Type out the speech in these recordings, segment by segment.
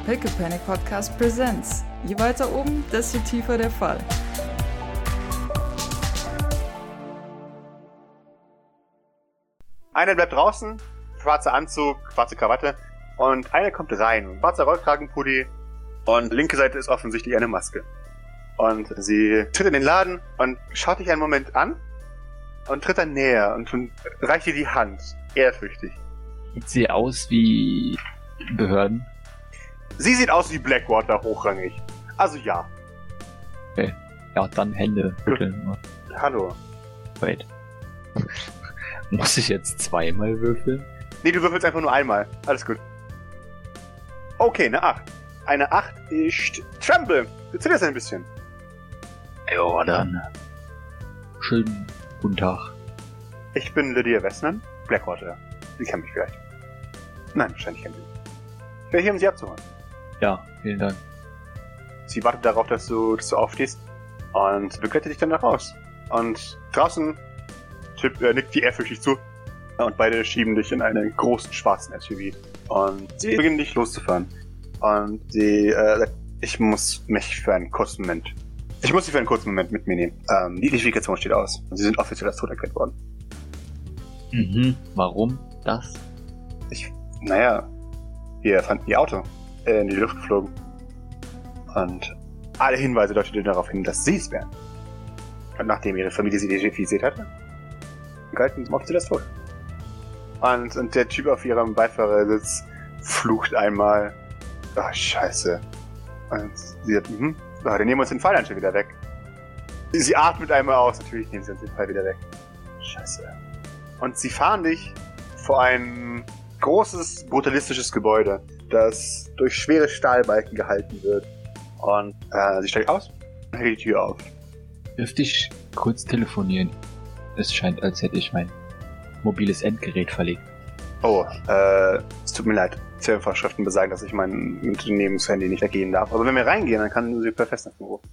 Pickle Panic Podcast Presents. Je weiter oben, desto tiefer der Fall. Einer bleibt draußen, schwarzer Anzug, schwarze Krawatte. Und einer kommt rein, schwarzer Rollkragenpulli. Und linke Seite ist offensichtlich eine Maske. Und sie tritt in den Laden und schaut dich einen Moment an. Und tritt dann näher und reicht dir die Hand. Ehrfürchtig. Sieht sie aus wie Behörden? Sie sieht aus wie Blackwater hochrangig. Also ja. Okay. Ja, dann Hände schütteln. Hallo. Wait. Muss ich jetzt zweimal würfeln? Nee, du würfelst einfach nur einmal. Alles gut. Okay, eine 8. Eine 8 ist Tremble. Du zitterst ein bisschen. Ja, dann. Schönen guten Tag. Ich bin Lydia Wessner, Blackwater. Sie kennen mich vielleicht. Nein, wahrscheinlich kennen Sie mich. Ich wäre hier, um Sie abzuholen. Ja, vielen Dank. Sie wartet darauf, dass du aufstehst und begleitet dich dann nach raus. Und draußen nickt die ehrfürchtig zu und beide schieben dich in einen großen schwarzen SUV. Und sie beginnen dich loszufahren. Und sie sagt, ich muss Sie für einen kurzen Moment mit mir nehmen. Die Identifikation steht aus. Und Sie sind offiziell als tot erklärt worden. Warum das? Wir fanden Ihr Auto in die Luft geflogen. Und alle Hinweise deuteten darauf hin, dass Sie es wären. Und nachdem Ihre Familie Sie identifiziert hatte, galten Sie offiziell als tot. Und der Typ auf Ihrem Beifahrersitz flucht einmal. Ach, scheiße. Und sie sagt, dann nehmen wir uns den Fall dann schon wieder weg. Sie atmet einmal aus, natürlich nehmen sie uns den Fall wieder weg. Scheiße. Und sie fahren dich vor ein großes, brutalistisches Gebäude, das durch schwere Stahlbalken gehalten wird. Und sie steigt aus und hält die Tür auf. Dürfte ich kurz telefonieren? Es scheint, als hätte ich mein mobiles Endgerät verlegt. Oh, es tut mir leid. Firmenvorschriften besagen, dass ich mein Unternehmenshandy nicht ergehen darf. Aber wenn wir reingehen, dann kann sie per Festnetz rufen.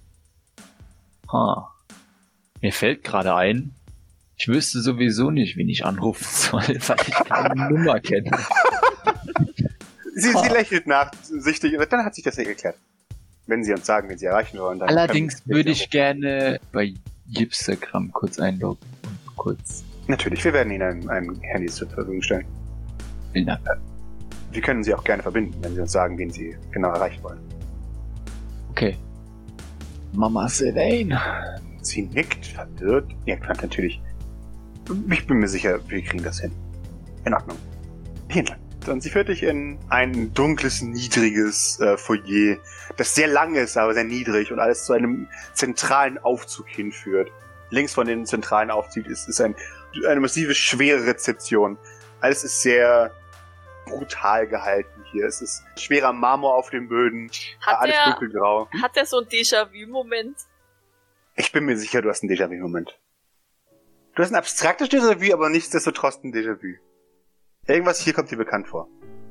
Mir fällt gerade ein, ich wüsste sowieso nicht, wen ich anrufen soll, weil ich keine Nummer kenne. Sie lächelt nachsichtig und dann hat sich das ja geklärt. Wenn Sie uns sagen, wen Sie erreichen wollen, dann... Allerdings würde ich gerne bei Instagram kurz einloggen und kurz... Natürlich, wir werden Ihnen ein Handy zur Verfügung stellen. Vielen Dank. Wir können Sie auch gerne verbinden, wenn Sie uns sagen, wen Sie genau erreichen wollen. Okay. Mama Sylvain. Sie nickt, verwirrt. Ja, klar, natürlich. Ich bin mir sicher, wir kriegen das hin. In Ordnung. Vielen Dank. Und sie führt dich in ein dunkles, niedriges Foyer, das sehr lang ist, aber sehr niedrig und alles zu einem zentralen Aufzug hinführt. Links von dem zentralen Aufzug ist eine massive, schwere Rezeption. Alles ist sehr brutal gehalten hier. Es ist schwerer Marmor auf den Böden, alles dunkelgrau. Hat er so einen Déjà-vu-Moment? Ich bin mir sicher, du hast einen Déjà-vu-Moment. Du hast ein abstraktes Déjà-vu, aber nichtsdestotrotz ein Déjà-vu. Irgendwas hier kommt dir bekannt vor.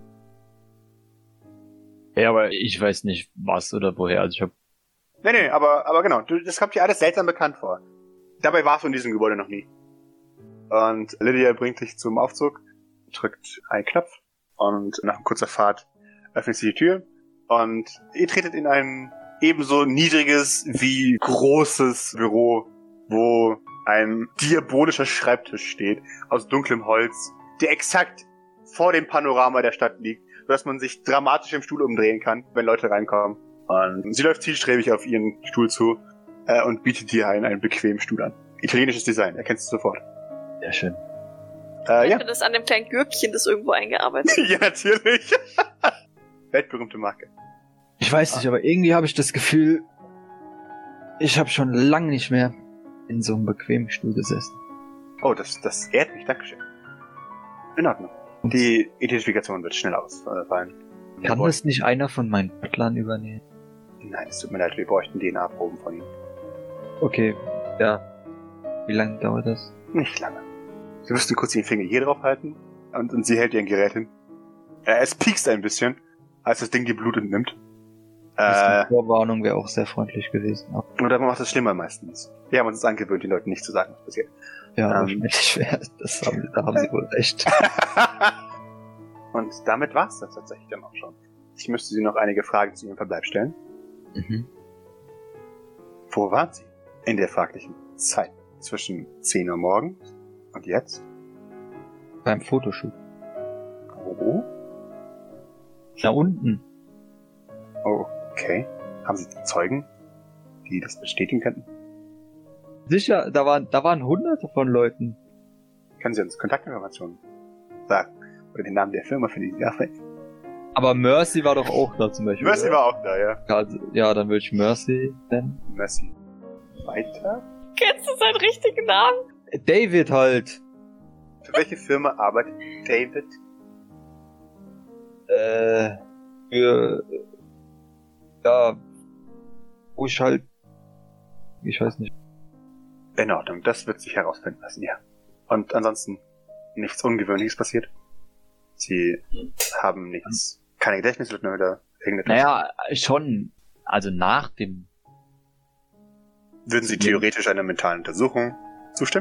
Ja, aber ich weiß nicht, was oder woher. Also ich hab... Nee, aber genau. Das kommt dir alles seltsam bekannt vor. Dabei warst du in diesem Gebäude noch nie. Und Lydia bringt dich zum Aufzug, drückt einen Knopf und nach kurzer Fahrt öffnet sie die Tür und ihr tretet in ein ebenso niedriges wie großes Büro, wo ein diabolischer Schreibtisch steht aus dunklem Holz, der exakt vor dem Panorama der Stadt liegt, sodass man sich dramatisch im Stuhl umdrehen kann, wenn Leute reinkommen. Und sie läuft zielstrebig auf ihren Stuhl zu und bietet dir einen bequemen Stuhl an. Italienisches Design, erkennst du sofort. Sehr schön. Ich finde das an dem kleinen Gürkchen, das irgendwo eingearbeitet ist. Ja, natürlich. Weltberühmte Marke. Ich weiß nicht, aber irgendwie habe ich das Gefühl, ich habe schon lange nicht mehr in so einem bequemen Stuhl gesessen. Oh, das ehrt mich, dankeschön. In Ordnung. Die Identifikation wird schnell ausfallen. Kann das nicht einer von meinen Butlern übernehmen? Nein, es tut mir leid, wir bräuchten DNA-Proben von ihm. Okay, ja. Wie lange dauert das? Nicht lange. Sie müssten kurz den Finger hier drauf halten und sie hält ihr ein Gerät hin. Es piekst ein bisschen, als das Ding dir Blut entnimmt. Eine Vorwarnung wäre auch sehr freundlich gewesen. Oder man macht das schlimmer meistens. Wir haben uns angewöhnt, den Leuten nicht zu sagen, was passiert. Ja, wahrscheinlich schwer. Da haben sie wohl recht. Und damit war's das tatsächlich dann auch schon. Ich müsste Sie noch einige Fragen zu Ihrem Verbleib stellen. Mhm. Wo waren Sie in der fraglichen Zeit zwischen 10 Uhr morgens und jetzt? Beim Fotoshoot. Wo? Da unten. Okay. Haben Sie Zeugen, die das bestätigen könnten? Sicher, da waren hunderte von Leuten. Können Sie uns Kontaktinformationen sagen? Oder den Namen der Firma, für die Sie arbeiten? Aber Mercy war doch auch da zum Beispiel. Mercy war auch da, ja. Ja, dann würde ich Mercy nennen. Mercy. Weiter? Kennst du seinen richtigen Namen? David halt. Für welche Firma arbeitet David? Für... Ja... Wo ich halt... Ich weiß nicht. In Ordnung, das wird sich herausfinden lassen, ja. Und ansonsten nichts Ungewöhnliches passiert? Sie haben nichts... Keine Gedächtnislücken oder irgendetwas? Naja, schon. Also nach dem... Würden Sie theoretisch einer mentalen Untersuchung zustimmen?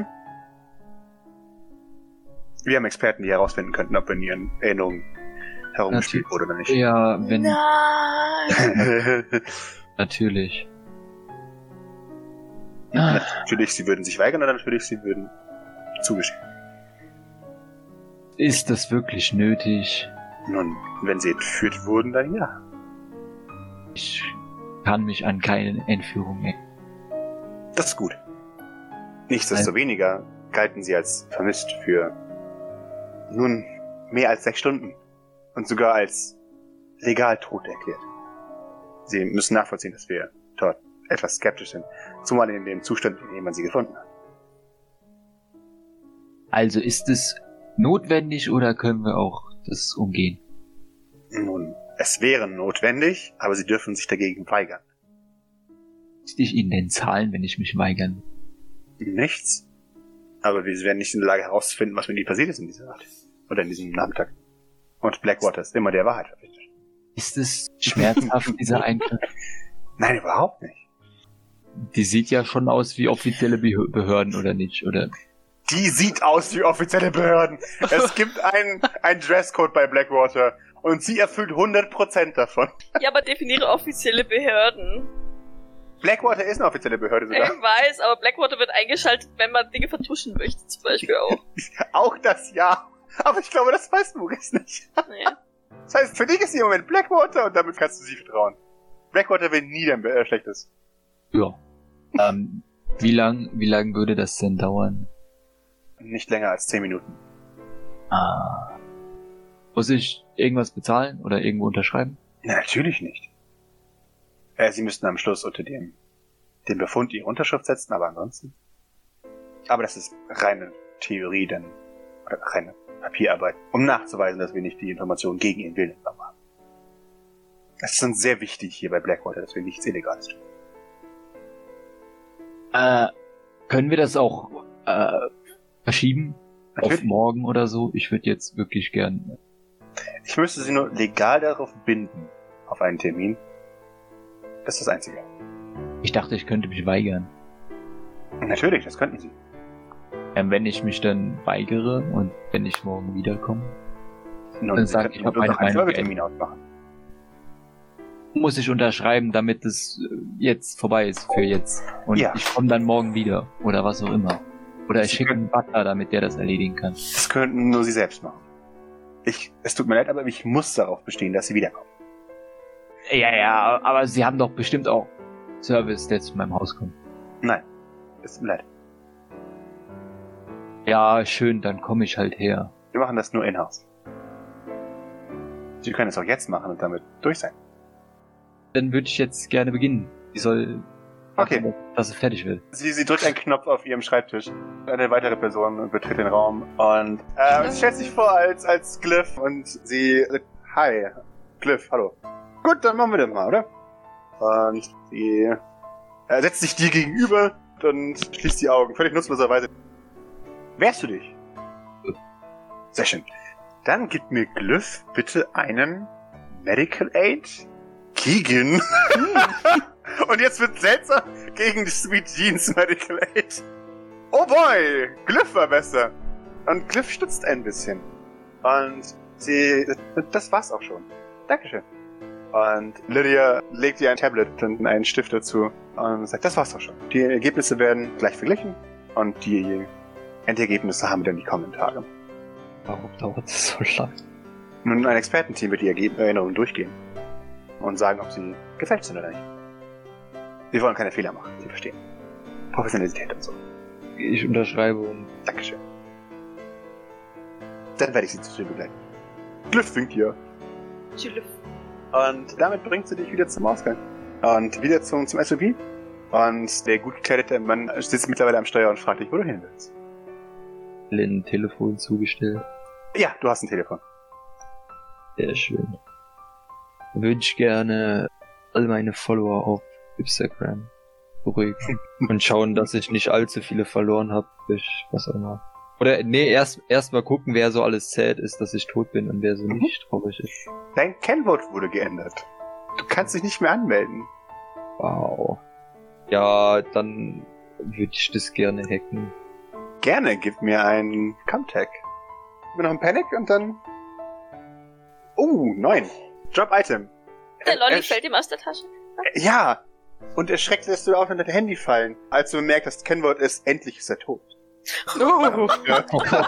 Wir haben Experten, die herausfinden könnten, ob in Ihren Erinnerungen herumgespielt wurde oder nicht. Ja, wenn... Nein! Natürlich. Natürlich, Sie würden sich weigern oder natürlich, Sie würden zugestehen. Ist das wirklich nötig? Nun, wenn Sie entführt wurden, dann ja. Ich kann mich an keine Entführung erinnern. Das ist gut. Nichtsdestoweniger galten Sie als vermisst für nun mehr als 6 Stunden und sogar als legal tot erklärt. Sie müssen nachvollziehen, dass wir dort etwas skeptisch sind, zumal in dem Zustand, in dem man Sie gefunden hat. Also ist es notwendig oder können wir auch das umgehen? Nun, es wäre notwendig, aber Sie dürfen sich dagegen weigern. Müsste ich Ihnen denn zahlen, wenn ich mich weigern? Nichts. Aber wir werden nicht in der Lage herauszufinden, was mit Ihnen passiert ist in dieser Nacht. Oder in diesem Nachmittag. Und Blackwater ist immer der Wahrheit verpflichtet. Ist es schmerzhaft, dieser Eingriff? Nein, überhaupt nicht. Die sieht ja schon aus wie offizielle Behörden, oder nicht? Oder? Die sieht aus wie offizielle Behörden. Es gibt einen Dresscode bei Blackwater und sie erfüllt 100% davon. Ja, aber definiere offizielle Behörden. Blackwater ist eine offizielle Behörde Ich sogar. weiß, aber Blackwater wird eingeschaltet, wenn man Dinge vertuschen möchte, zum Beispiel auch. Auch das ja. Aber ich glaube, das weiß Maurice nicht. Nee. Das heißt, für dich ist sie im Moment Blackwater und damit kannst du sie vertrauen. Blackwater will nie dein Schlechtes. Ja. Wie lang würde das denn dauern? Nicht länger als 10 Minuten. Muss ich irgendwas bezahlen oder irgendwo unterschreiben? Na, natürlich nicht. Sie müssten am Schluss unter dem Befund ihre Unterschrift setzen, aber ansonsten. Aber das ist reine Theorie, denn, oder reine Papierarbeit, um nachzuweisen, dass wir nicht die Informationen gegen ihren Willen haben. Es ist uns sehr wichtig hier bei Blackwater, dass wir nichts Illegales tun. Können wir das auch verschieben? Natürlich. Auf morgen oder so? Ich würde jetzt wirklich gern... Ich müsste sie nur legal darauf binden, auf einen Termin. Das ist das Einzige. Ich dachte, ich könnte mich weigern. Natürlich, das könnten sie. Wenn ich mich dann weigere und wenn ich morgen wiederkomme, Nun, dann sie sag könnten ich, hab nur noch einen meine Folgetermin ausmachen. muss ich unterschreiben, damit es jetzt vorbei ist für jetzt. Und Ja. ich komme dann morgen wieder. Oder was auch immer. Oder ich Sie schicke einen Butler, damit der das erledigen kann. Das könnten nur sie selbst machen. Es tut mir leid, aber ich muss darauf bestehen, dass sie wiederkommen. Ja, aber sie haben doch bestimmt auch Service, der zu meinem Haus kommt. Nein, es tut mir leid. Ja, schön, dann komme ich halt her. Wir machen das nur in-house. Sie können es auch jetzt machen und damit durch sein. Dann würde ich jetzt gerne beginnen. Sie soll Okay. machen, dass es fertig wird. Sie drückt einen Knopf auf ihrem Schreibtisch. Eine weitere Person betritt den Raum und sie stellt sich vor als Glyph und sie sagt, hi, Glyph, hallo. Gut, dann machen wir das mal, oder? Und sie setzt sich dir gegenüber und schließt die Augen, völlig nutzloserweise. Wehrst du dich? Sehr schön. Dann gib mir Glyph bitte einen Medical Aid. Keegan. Und jetzt wird seltsam gegen die Sweet Jeans Medical Aid. Oh boy, Glyph war besser. Und Glyph stützt ein bisschen. Und das war's auch schon. Dankeschön. Und Lydia legt dir ein Tablet und einen Stift dazu und sagt, das war's doch schon. Die Ergebnisse werden gleich verglichen und die Endergebnisse haben wir dann die kommenden Tage. Warum dauert das so lang? Nun, ein Expertenteam wird die Erinnerungen durchgehen und sagen, ob sie gefälscht sind oder nicht. Wir wollen keine Fehler machen, Sie verstehen. Professionalität und so. Ich unterschreibe und... Dankeschön. Dann werde ich Sie zu Tür begleiten. Glyph winkt hier. Tschüss. Und damit bringt sie dich wieder zum Ausgang. Und wieder zum SUV. Und der gut gekleidete Mann sitzt mittlerweile am Steuer und fragt dich, wo du hin willst. Ein Telefon zugestellt. Ja, du hast ein Telefon. Sehr schön. Wünsch gerne all meine Follower auf Instagram beruhigen und schauen, dass ich nicht allzu viele verloren habe durch was auch immer. Oder nee, erst mal gucken, wer so alles sad ist, dass ich tot bin und wer so nicht traurig ist. Dein Kennwort wurde geändert. Du kannst dich nicht mehr anmelden. Wow. Ja, dann würde ich das gerne hacken. Gerne, gib mir einen Comtag. Gib mir noch einen Panic und dann... 9. Drop Item. Der Lolli fällt ihm aus der Tasche. Ja. Und erschreckt lässt du auch noch dein Handy fallen, als du bemerkst, das Kennwort ist, endlich ist er tot. What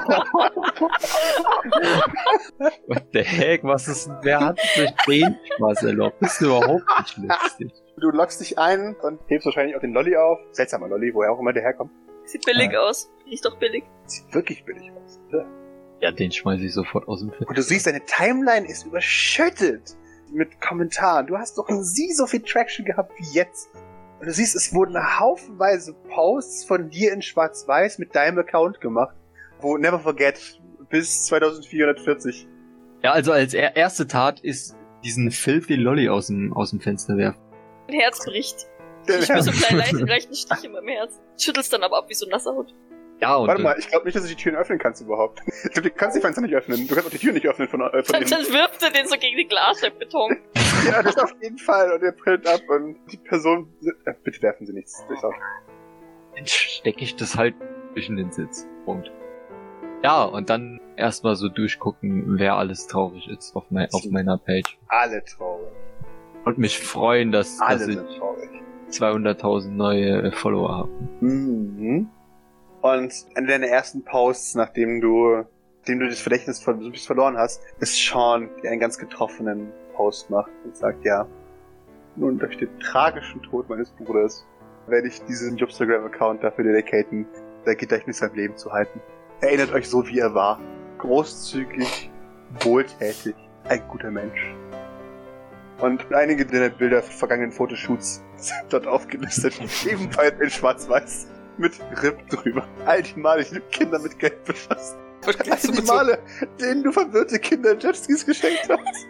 the heck, was ist denn, wer hat sich Tränenspaß erlaubt? Das ist überhaupt nicht lustig. Du loggst dich ein und hebst wahrscheinlich auch den Lolli auf. Seltsamer Lolli, woher auch immer der herkommt. Sieht billig aus. Riecht doch billig. Sieht wirklich billig aus. Ja. Ja, den schmeiß ich sofort aus dem Fenster. Und du siehst, deine Timeline ist überschüttet mit Kommentaren. Du hast doch nie so viel Traction gehabt wie jetzt. Und du siehst, es wurden haufenweise Posts von dir in Schwarz-Weiß mit deinem Account gemacht, wo Never Forget bis 2440. Ja, also als erste Tat ist diesen filthy Lolli aus dem Fenster werfen. Mein Herz bricht. Ich spüre so einen kleinen leichten Stich in meinem Herz. Schüttelst dann aber ab wie so ein nasser Hund. Ja, und warte mal, ich glaube nicht, dass du die Türen öffnen kannst überhaupt. Ich glaube, du kannst die Fenster nicht öffnen. Du kannst auch die Tür nicht öffnen von dann innen. Dann wirft er den so gegen die Glasscheibenbeton. Ja, das auf jeden Fall. Und er brillt ab und die Person... bitte werfen Sie nichts durchs Auto. dann stecke ich das halt zwischen den Sitz. Punkt. Ja, und dann erstmal so durchgucken, wer alles traurig ist auf meiner Page. Alle traurig. Und mich freuen, dass Alle ich sind traurig. 200.000 neue Follower habe. Mhm. Und einer deiner ersten Posts, nachdem du das Verdächtnis so ein bisschen verloren hast, ist Sean, der einen ganz getroffenen Post macht und sagt, ja, nun durch den tragischen Tod meines Bruders werde ich diesen Instagram-Account dafür dedicaten, da geht euch nicht sein Leben zu halten. Erinnert euch so, wie er war. Großzügig, wohltätig, ein guter Mensch. Und einige der Bilder von vergangenen Fotoshoots sind dort aufgelistet, ebenfalls in Schwarz-Weiß. Mit RIP drüber. All die Male, die du Kinder mit Geld befasst. All die Male, denen du verwirrte Kinder Jetskis geschenkt hast.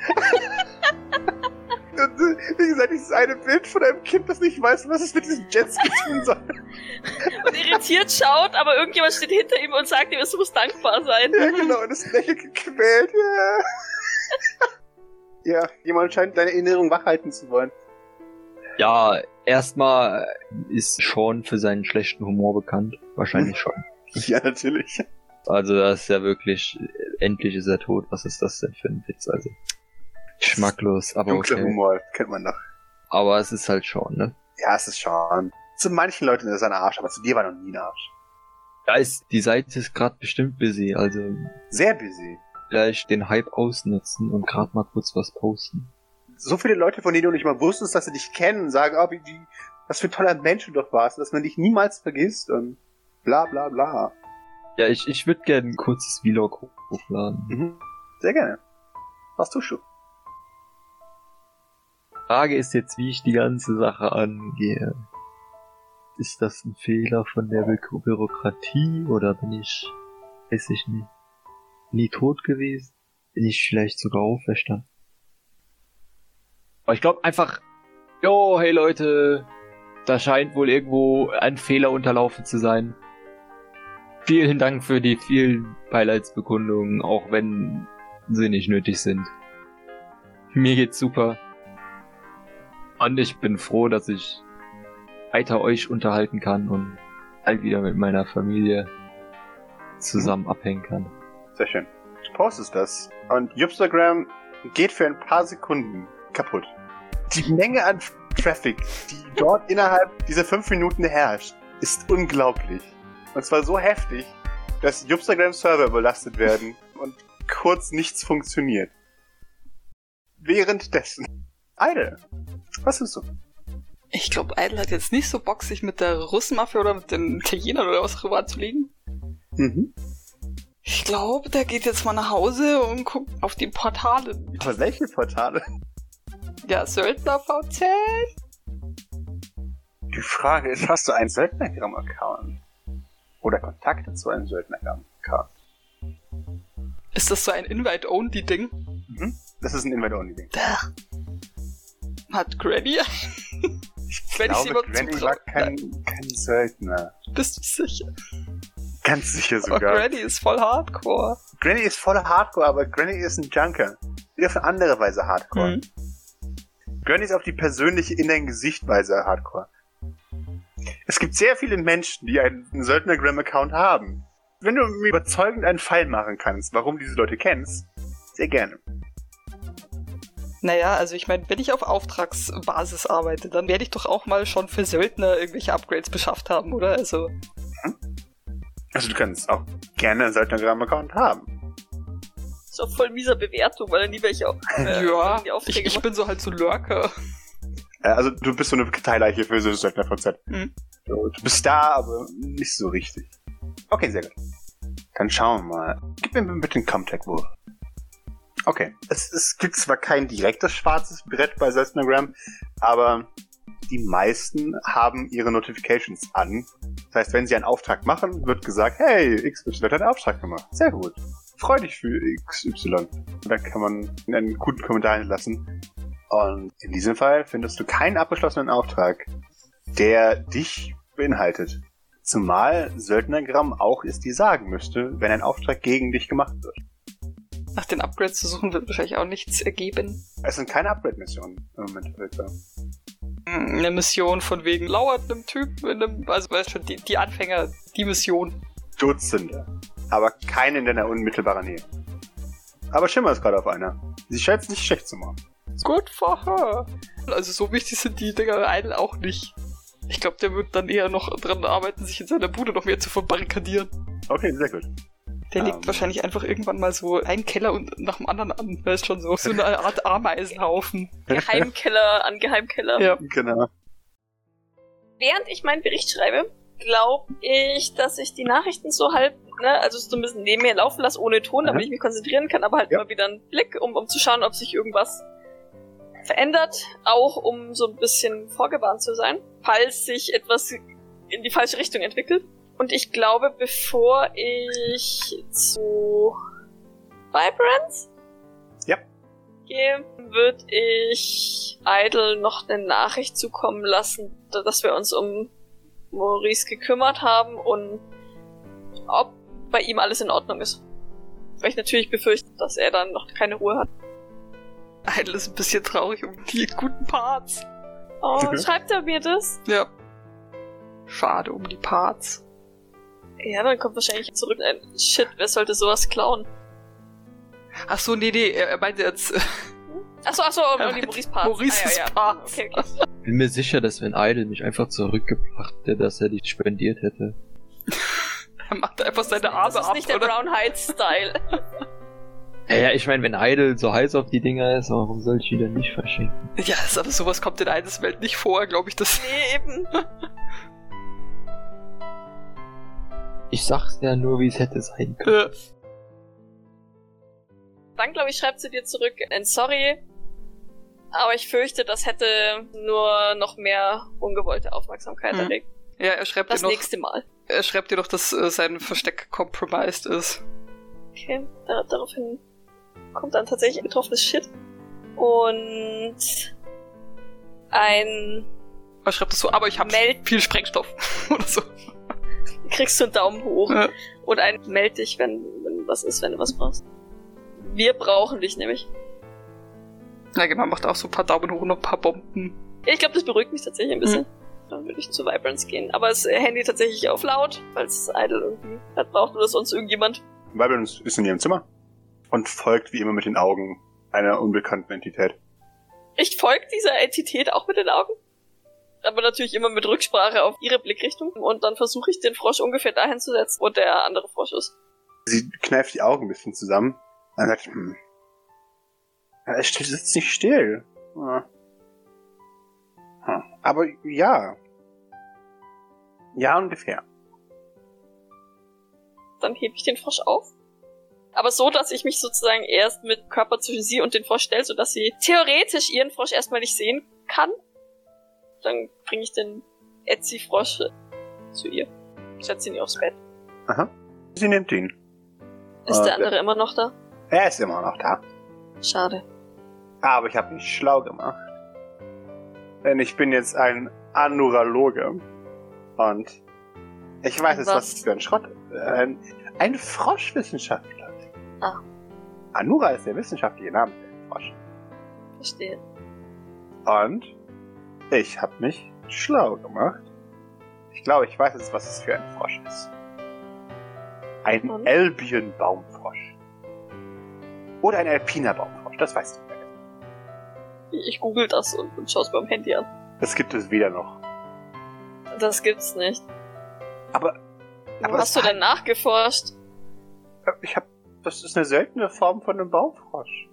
Und, wie gesagt, dieses eine Bild von einem Kind, das nicht weiß, was es mit diesem Jetski tun soll. Und irritiert schaut, aber irgendjemand steht hinter ihm und sagt ihm, es muss dankbar sein. Ja, genau, und es lächelt gequält. Ja. Ja, jemand scheint deine Erinnerung wachhalten zu wollen. Ja, erstmal ist Sean für seinen schlechten Humor bekannt. Wahrscheinlich schon. Ja, natürlich. Also das ist ja wirklich, endlich ist er tot. Was ist das denn für ein Witz? Also geschmacklos, aber Dunkler okay. Humor, kennt man noch. Aber es ist halt Sean, ne? Ja, es ist Sean. Zu manchen Leuten ist er ein Arsch, aber zu dir war noch nie ein Arsch. Die Seite ist gerade bestimmt busy, also Sehr busy. vielleicht den Hype ausnutzen und gerade mal kurz was posten. So viele Leute, von denen du nicht mal wusstest, dass sie dich kennen, sagen, oh, was für ein toller Mensch du doch warst, dass man dich niemals vergisst und bla bla bla. Ja, ich würde gerne ein kurzes Vlog hochladen. Mhm. Sehr gerne. Was tust du? Frage ist jetzt, wie ich die ganze Sache angehe. Ist das ein Fehler von der Bürokratie oder bin ich, weiß ich nicht, nie tot gewesen? Bin ich vielleicht sogar auferstanden? Aber ich glaube einfach, hey Leute, da scheint wohl irgendwo ein Fehler unterlaufen zu sein. Vielen Dank für die vielen Beileidsbekundungen, auch wenn sie nicht nötig sind. Mir geht's super. Und ich bin froh, dass ich weiter euch unterhalten kann und halt wieder mit meiner Familie zusammen abhängen kann. Sehr schön. Du postest das und Instagram geht für ein paar Sekunden kaputt. Die Menge an Traffic, die dort innerhalb dieser 5 Minuten herrscht, ist unglaublich. Und zwar so heftig, dass Jupstagram-Server überlastet werden und kurz nichts funktioniert. Währenddessen. Idle, was ist so? Ich glaube, Idle hat jetzt nicht so Bock, sich mit der Russenmafia oder mit den Italienern oder was auch immer anzulegen. Mhm. Ich glaube, der geht jetzt mal nach Hause und guckt auf die Portale. Aber welche Portale? Ja, Söldner VZ. Die Frage ist, hast du einen Söldnergramm-Account? Oder Kontakte zu einem Söldnergramm-Account? Ist das so ein Invite-Only-Ding? Mhm. Das ist ein Invite-Only-Ding. Hat Granny Ich Wenn ich sie glaube, überhaupt Granny war kein Söldner. Bist du sicher? Ganz sicher Aber sogar. Granny ist voll Hardcore. Granny ist voll Hardcore, aber Granny ist ein Junker. Wieder auf eine andere Weise Hardcore. Mhm. Granny ist auf die persönliche in dein Gesichtweise Hardcore. Es gibt sehr viele Menschen, die einen Söldnergram-Account haben. Wenn du mir überzeugend einen Fall machen kannst, warum diese Leute kennst, sehr gerne. Naja, also ich meine, wenn ich auf Auftragsbasis arbeite, dann werde ich doch auch mal schon für Söldner irgendwelche Upgrades beschafft haben, oder? Also Also du kannst auch gerne einen Söldnergram-Account haben. Ist auch voll mieser Bewertung, weil er nie welche ja, die Aufträge ich bin so halt so Lurker. Also du bist so eine Karteileiche für so Söldner VZ. Mhm. Du bist da, aber nicht so richtig. Okay, sehr gut. Dann schauen wir mal. Gib mir bitte einen Comtech-Wurf. Okay. Es gibt zwar kein direktes schwarzes Brett bei Söldnergram, aber die meisten haben ihre Notifications an. Das heißt, wenn sie einen Auftrag machen, wird gesagt, hey, XY hat einen Auftrag gemacht. Sehr gut. Freu dich für XY. Und dann kann man einen guten Kommentar hinterlassen. Und in diesem Fall findest du keinen abgeschlossenen Auftrag, der dich beinhaltet. Zumal Söldnergram auch es dir sagen müsste, wenn ein Auftrag gegen dich gemacht wird. Nach den Upgrades zu suchen wird wahrscheinlich auch nichts ergeben. Es sind keine Upgrade-Missionen im Moment. Eine Mission von wegen lauert einem Typen in einem, also weißt schon, die Anfänger, die Mission. Dutzende. Aber keine in deiner unmittelbaren Nähe. Aber Schimmer ist gerade auf einer. Sie scheint es nicht schlecht zu machen. Good for her. Also so wichtig sind die Dinger Idle auch nicht. Ich glaube, der wird dann eher noch dran arbeiten, sich in seiner Bude noch mehr zu verbarrikadieren. Okay, sehr gut. Der legt wahrscheinlich einfach irgendwann mal so einen Keller und nach dem anderen an. Das ist schon so eine Art Ameisenhaufen. Geheimkeller an Geheimkeller. Ja. Genau. Während ich meinen Bericht schreibe, glaube ich, dass ich die Nachrichten so halb, also so ein bisschen neben mir laufen lasse, ohne Ton, damit ich mich konzentrieren kann, aber halt immer wieder einen Blick, um zu schauen, ob sich irgendwas verändert, auch um so ein bisschen vorgewarnt zu sein, falls sich etwas in die falsche Richtung entwickelt. Und ich glaube, bevor ich zu Vibrance gehe, würde ich Idle noch eine Nachricht zukommen lassen, dass wir uns um Maurice gekümmert haben und ob bei ihm alles in Ordnung ist. Weil ich natürlich befürchte, dass er dann noch keine Ruhe hat. Idle ist ein bisschen traurig um die guten Parts. Oh, schreibt er mir das? Ja. Schade um die Parts. Ja, dann kommt wahrscheinlich zurück ein Shit, wer sollte sowas klauen? Ach so, nee, er meinte jetzt... Achso, die Maurice Parts. Maurices Parts. Okay. Bin mir sicher, dass wenn Idle mich einfach zurückgebracht hätte, dass er die spendiert hätte. Er macht einfach seine Arme ab, Das ist nicht der oder? Brown Heights-Style. Ja, ich meine, wenn Idle so heiß auf die Dinger ist, warum soll ich die denn nicht verschenken? Ja, aber sowas kommt in Idles Welt nicht vor, glaube ich. Das Nee, eben. Ich sag's ja nur, wie es hätte sein können. Dann, glaube ich, schreibt sie dir zurück, sorry, aber ich fürchte, das hätte nur noch mehr ungewollte Aufmerksamkeit erregt. Ja, er schreibt Das dir noch... nächste Mal. Er schreibt dir doch, dass sein Versteck compromised ist. Okay, daraufhin kommt dann tatsächlich getroffenes Shit. Und Er schreibt das so, aber ich habe viel Sprengstoff. Oder so. kriegst du einen Daumen hoch. Ja. Und meld dich, wenn was ist, wenn du was brauchst. Wir brauchen dich nämlich. Ja, genau, macht auch so ein paar Daumen hoch und noch ein paar Bomben. Ich glaube, das beruhigt mich tatsächlich ein bisschen. Dann würde ich zu Vibrance gehen. Aber das Handy tatsächlich auf laut, falls es Idle irgendwie hat braucht oder sonst irgendjemand. Vibrance ist in ihrem Zimmer und folgt wie immer mit den Augen einer unbekannten Entität. Ich folge dieser Entität auch mit den Augen. Aber natürlich immer mit Rücksprache auf ihre Blickrichtung. Und dann versuche ich, den Frosch ungefähr dahin zu setzen, wo der andere Frosch ist. Sie kneift die Augen ein bisschen zusammen. Und sagt, er sitzt nicht still. Ja. Aber ja. Ja, ungefähr. Dann hebe ich den Frosch auf. Aber so, dass ich mich sozusagen erst mit Körper zwischen sie und den Frosch stelle, sodass sie theoretisch ihren Frosch erstmal nicht sehen kann. Dann bringe ich den Etsy-Frosch zu ihr. Setze ihn ihr aufs Bett. Aha. Sie nimmt ihn. Ist der andere immer noch da? Er ist immer noch da. Schade. Aber ich habe mich schlau gemacht. Denn ich bin jetzt ein Anuraloge. Und ich weiß jetzt, was für ein Schrott ist. Ein Froschwissenschaftler. Ah. Anura ist der wissenschaftliche Name für Frosch. Verstehe. Und ich habe mich schlau gemacht. Ich glaube, ich weiß jetzt, was es für ein Frosch ist. Ein Albion-Baumfrosch. Oder ein alpiner Baumfrosch, das weißt du. Ich google das und schaue es beim Handy an. Das gibt es weder noch. Das gibt's nicht. Aber Wo hast du denn nachgeforscht? Das ist eine seltene Form von einem Baumfrosch.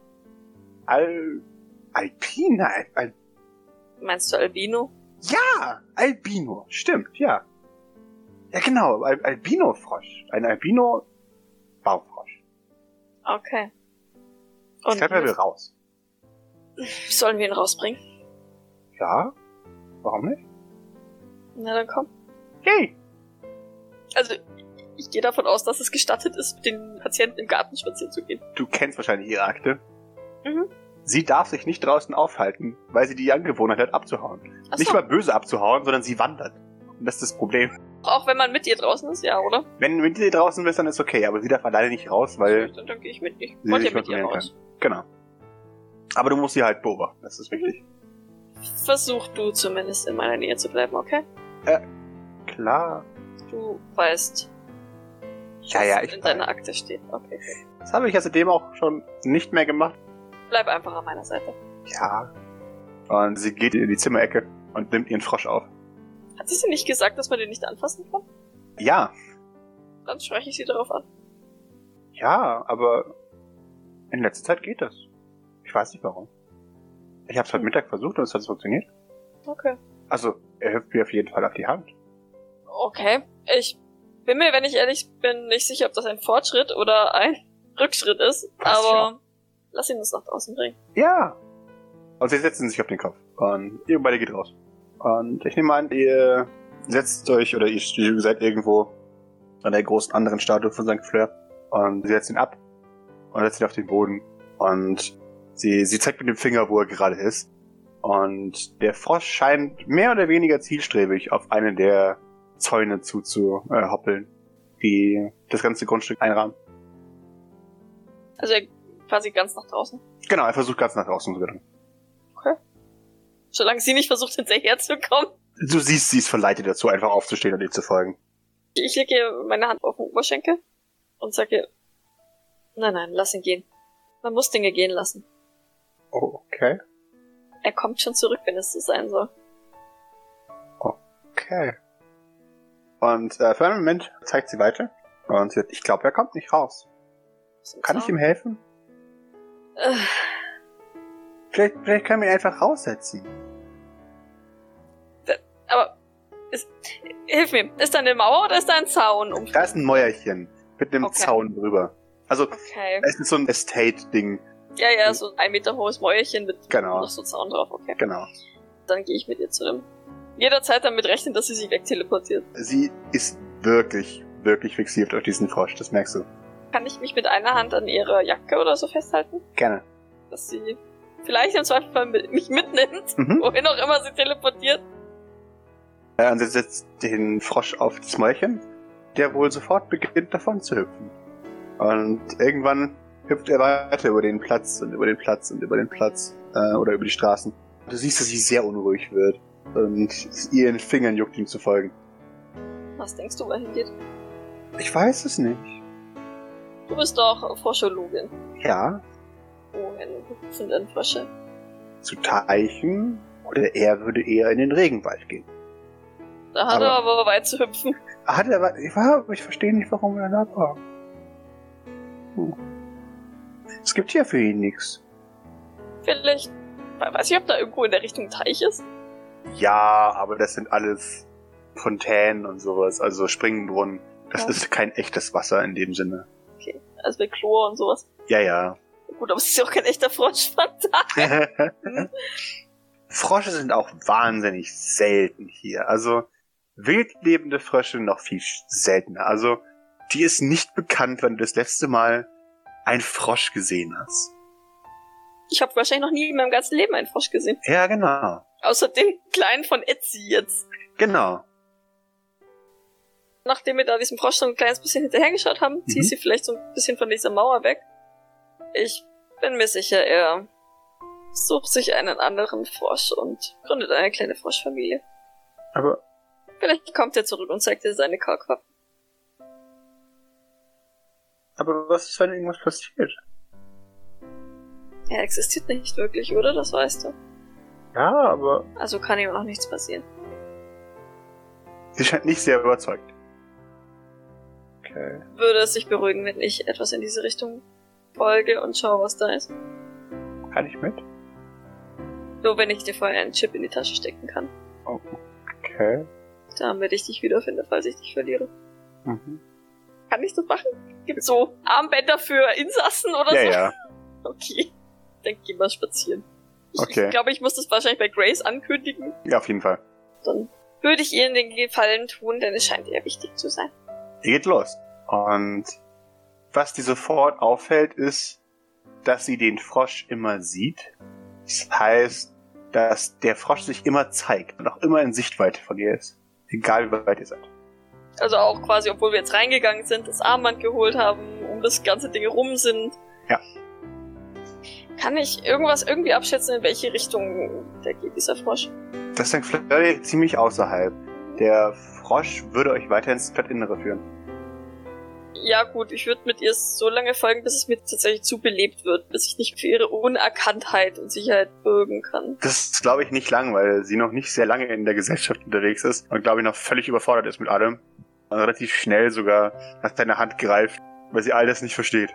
Alpina. Meinst du Albino? Ja, Albino. Stimmt, ja. Ja, genau. Albino-Frosch. Ein Albino-Baumfrosch. Okay. Ich glaube, er will raus. Sollen wir ihn rausbringen? Ja? Warum nicht? Na dann komm. Hey! Also, ich gehe davon aus, dass es gestattet ist, mit den Patienten im Garten spazieren zu gehen. Du kennst wahrscheinlich ihre Akte. Mhm. Sie darf sich nicht draußen aufhalten, weil sie die Angewohnheit hat, abzuhauen. Ach so. Nicht mal böse abzuhauen, sondern sie wandert. Und das ist das Problem. Auch wenn man mit ihr draußen ist, ja, oder? Wenn du mit ihr draußen bist, dann ist okay, aber sie darf alleine nicht raus, weil Dann gehe ich mit. Ich sie wollte sich ja mit ihr kontrollieren raus. kann. Genau. Aber du musst sie halt beobachten, das ist wichtig. Versuch du zumindest in meiner Nähe zu bleiben, okay? Klar. Du weißt, Ja, was ich in weiß. deiner Akte steht. Okay. Das habe ich ja seitdem auch schon nicht mehr gemacht. Bleib einfach an meiner Seite. Ja. Und sie geht in die Zimmerecke und nimmt ihren Frosch auf. Hat sie nicht gesagt, dass man den nicht anfassen kann? Ja. Dann spreche ich sie darauf an. Ja, aber in letzter Zeit geht das. Ich weiß nicht warum. Ich habe es heute Mittag versucht und es hat funktioniert. Okay. Also, er hüpft mir auf jeden Fall auf die Hand. Okay. Ich bin mir, wenn ich ehrlich bin, nicht sicher, ob das ein Fortschritt oder ein Rückschritt ist. Passt aber schon. lass ihn uns nach draußen bringen. Ja. Und sie setzen sich auf den Kopf. Und ihr beide geht raus. Und ich nehme an, ihr setzt euch, oder ihr seid irgendwo an der großen anderen Statue von St. Fleur. Und sie setzt ihn ab. Und setzt ihn auf den Boden. Und sie zeigt mit dem Finger, wo er gerade ist. Und der Frosch scheint mehr oder weniger zielstrebig auf einen der Zäune hoppeln, die das ganze Grundstück einrahmen. Also er quasi ganz nach draußen. Genau, er versucht ganz nach draußen zu rennen. Solange sie nicht versucht, hinterherzukommen. Du siehst, sie ist verleitet dazu, einfach aufzustehen und ihr zu folgen. Ich lege ihr meine Hand auf den Oberschenkel und sage, nein, lass ihn gehen. Man muss Dinge gehen lassen. Oh, okay. Er kommt schon zurück, wenn es so sein soll. Okay. Und für einen Moment zeigt sie weiter. Und sie sagt, ich glaube, er kommt nicht raus. Kann ich ihm helfen? Vielleicht können wir ihn einfach raussetzen. Aber, hilf mir, ist da eine Mauer oder ist da ein Zaun? Da ist ein Mäuerchen mit einem Okay. Zaun drüber. Also, Okay. es ist so ein Estate-Ding. Ja, so ein 1 Meter hohes Mäuerchen mit Genau. noch so Zaun drauf, okay. Genau. Dann gehe ich mit ihr zu dem. Jederzeit damit rechnen, dass sie sich wegteleportiert. Sie ist wirklich, wirklich fixiert auf diesen Frosch, das merkst du. Kann ich mich mit einer Hand an ihrer Jacke oder so festhalten? Gerne. Dass sie vielleicht im Zweifelsfall mich mitnimmt, Mhm. wohin auch immer sie teleportiert. Und sie setzt den Frosch auf das Mäuerchen, der wohl sofort beginnt davon zu hüpfen. Und irgendwann hüpft er weiter über den Platz und über den Platz und über den Platz oder über die Straßen. Du siehst, dass sie sehr unruhig wird und ihren Fingern juckt, ihm zu folgen. Was denkst du, wohin geht? Ich weiß es nicht. Du bist doch Froschologin. Ja, Wohin hüpfen denn Frösche? zu Teichen oder er würde eher in den Regenwald gehen. Da hat er aber weit zu hüpfen. Hat er aber ich verstehe nicht, warum er da war. Es gibt hier für ihn nichts. Vielleicht, weiß ich, ob da irgendwo in der Richtung ein Teich ist. Ja, aber das sind alles Fontänen und sowas, also Springbrunnen. Das ist kein echtes Wasser in dem Sinne. Okay, also bei Chlor und sowas. Ja. Gut, aber es ist ja auch kein echter Frosch, von daher. Frösche sind auch wahnsinnig selten hier. Also wildlebende Frösche noch viel seltener. Also dir ist nicht bekannt, wann du das letzte Mal einen Frosch gesehen hast. Ich habe wahrscheinlich noch nie in meinem ganzen Leben einen Frosch gesehen. Ja, genau. Außer den kleinen von Etsy jetzt. Genau. Nachdem wir da diesem Frosch so ein kleines bisschen hinterhergeschaut haben, zieht sie vielleicht so ein bisschen von dieser Mauer weg. Ich bin mir sicher, er sucht sich einen anderen Frosch und gründet eine kleine Froschfamilie. Aber vielleicht kommt er zurück und zeigt dir seine Kaulquappen. Aber was ist, wenn irgendwas passiert? Er existiert nicht wirklich, oder? Das weißt du. Ja, aber Also kann ihm auch nichts passieren. sie scheint nicht sehr überzeugt. Okay. Würde es sich beruhigen, wenn ich etwas in diese Richtung folge und schaue, was da ist? Kann ich mit? Nur wenn ich dir vorher einen Chip in die Tasche stecken kann. Oh, okay. Damit ich dich wiederfinde, falls ich dich verliere. Mhm. Kann ich das machen? Gibt's so Armbänder für Insassen oder so? Ja. Okay. Dann gehen wir spazieren. Okay. Ich glaube, ich muss das wahrscheinlich bei Grace ankündigen. Ja, auf jeden Fall. Dann würde ich ihr den Gefallen tun, denn es scheint ihr wichtig zu sein. Ihr geht los. Und was dir sofort auffällt, ist, dass sie den Frosch immer sieht. Das heißt, dass der Frosch sich immer zeigt und auch immer in Sichtweite von ihr ist. Egal wie weit ihr seid. Also auch quasi, obwohl wir jetzt reingegangen sind, das Armband geholt haben, um das ganze Ding rum sind. Ja. Kann ich irgendwie abschätzen, in welche Richtung der geht, dieser Frosch? Das ist dann ziemlich außerhalb. Der Frosch würde euch weiter ins Stadtinnere führen. Ja gut, ich würde mit ihr so lange folgen, bis es mir tatsächlich zu belebt wird, bis ich nicht für ihre Unerkanntheit und Sicherheit bürgen kann. Das ist, glaube ich, nicht lang, weil sie noch nicht sehr lange in der Gesellschaft unterwegs ist und, glaube ich, noch völlig überfordert ist mit allem. Und relativ schnell sogar nach deiner Hand greift, weil sie all das nicht versteht.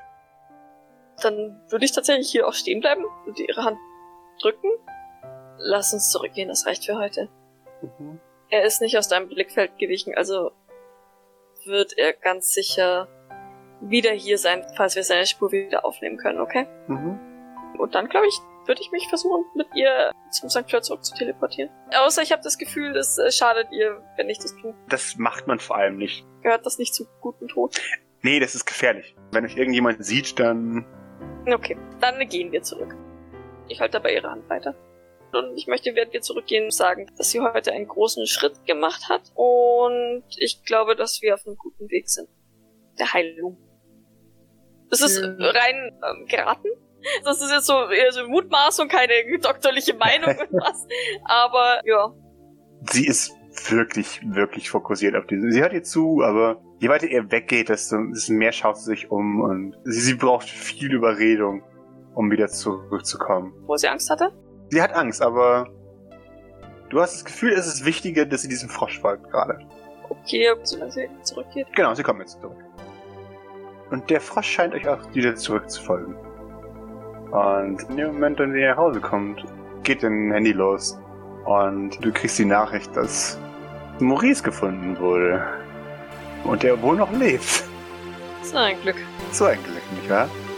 Dann würde ich tatsächlich hier auch stehen bleiben und ihre Hand drücken. Lass uns zurückgehen, das reicht für heute. Mhm. Er ist nicht aus deinem Blickfeld gewichen, also wird er ganz sicher wieder hier sein, falls wir seine Spur wieder aufnehmen können, okay? Mhm. Und dann, glaube ich, würde ich mich versuchen, mit ihr zum St. Fleur zurück zu teleportieren. Außer ich habe das Gefühl, es schadet ihr, wenn ich das tue. Das macht man vor allem nicht. Gehört das nicht zu gutem Ton? Nee, das ist gefährlich. Wenn euch irgendjemand sieht, dann... Okay, dann gehen wir zurück. Ich halte dabei ihre Hand weiter. Und ich möchte, während wir zurückgehen, sagen, dass sie heute einen großen Schritt gemacht hat. Und ich glaube, dass wir auf einem guten Weg sind. Der Heilung. Das ist rein geraten. Das ist jetzt so eher so Mutmaßung, keine doktorliche Meinung und was. Aber, ja. Sie ist wirklich, wirklich fokussiert auf diese. Sie hört ihr zu, aber je weiter ihr weggeht, desto mehr schaut sie sich um und sie braucht viel Überredung, um wieder zurückzukommen. Wo sie Angst hatte? Sie hat Angst, aber du hast das Gefühl, es ist wichtiger, dass sie diesem Frosch folgt gerade. Okay, solange sie zurückgeht. Genau, sie kommen jetzt zurück. Und der Frosch scheint euch auch wieder zurückzufolgen. Und in dem Moment, in dem ihr nach Hause kommt, geht dein Handy los. Und du kriegst die Nachricht, dass Maurice gefunden wurde. Und der wohl noch lebt. So ein Glück. So ein Glück, nicht wahr?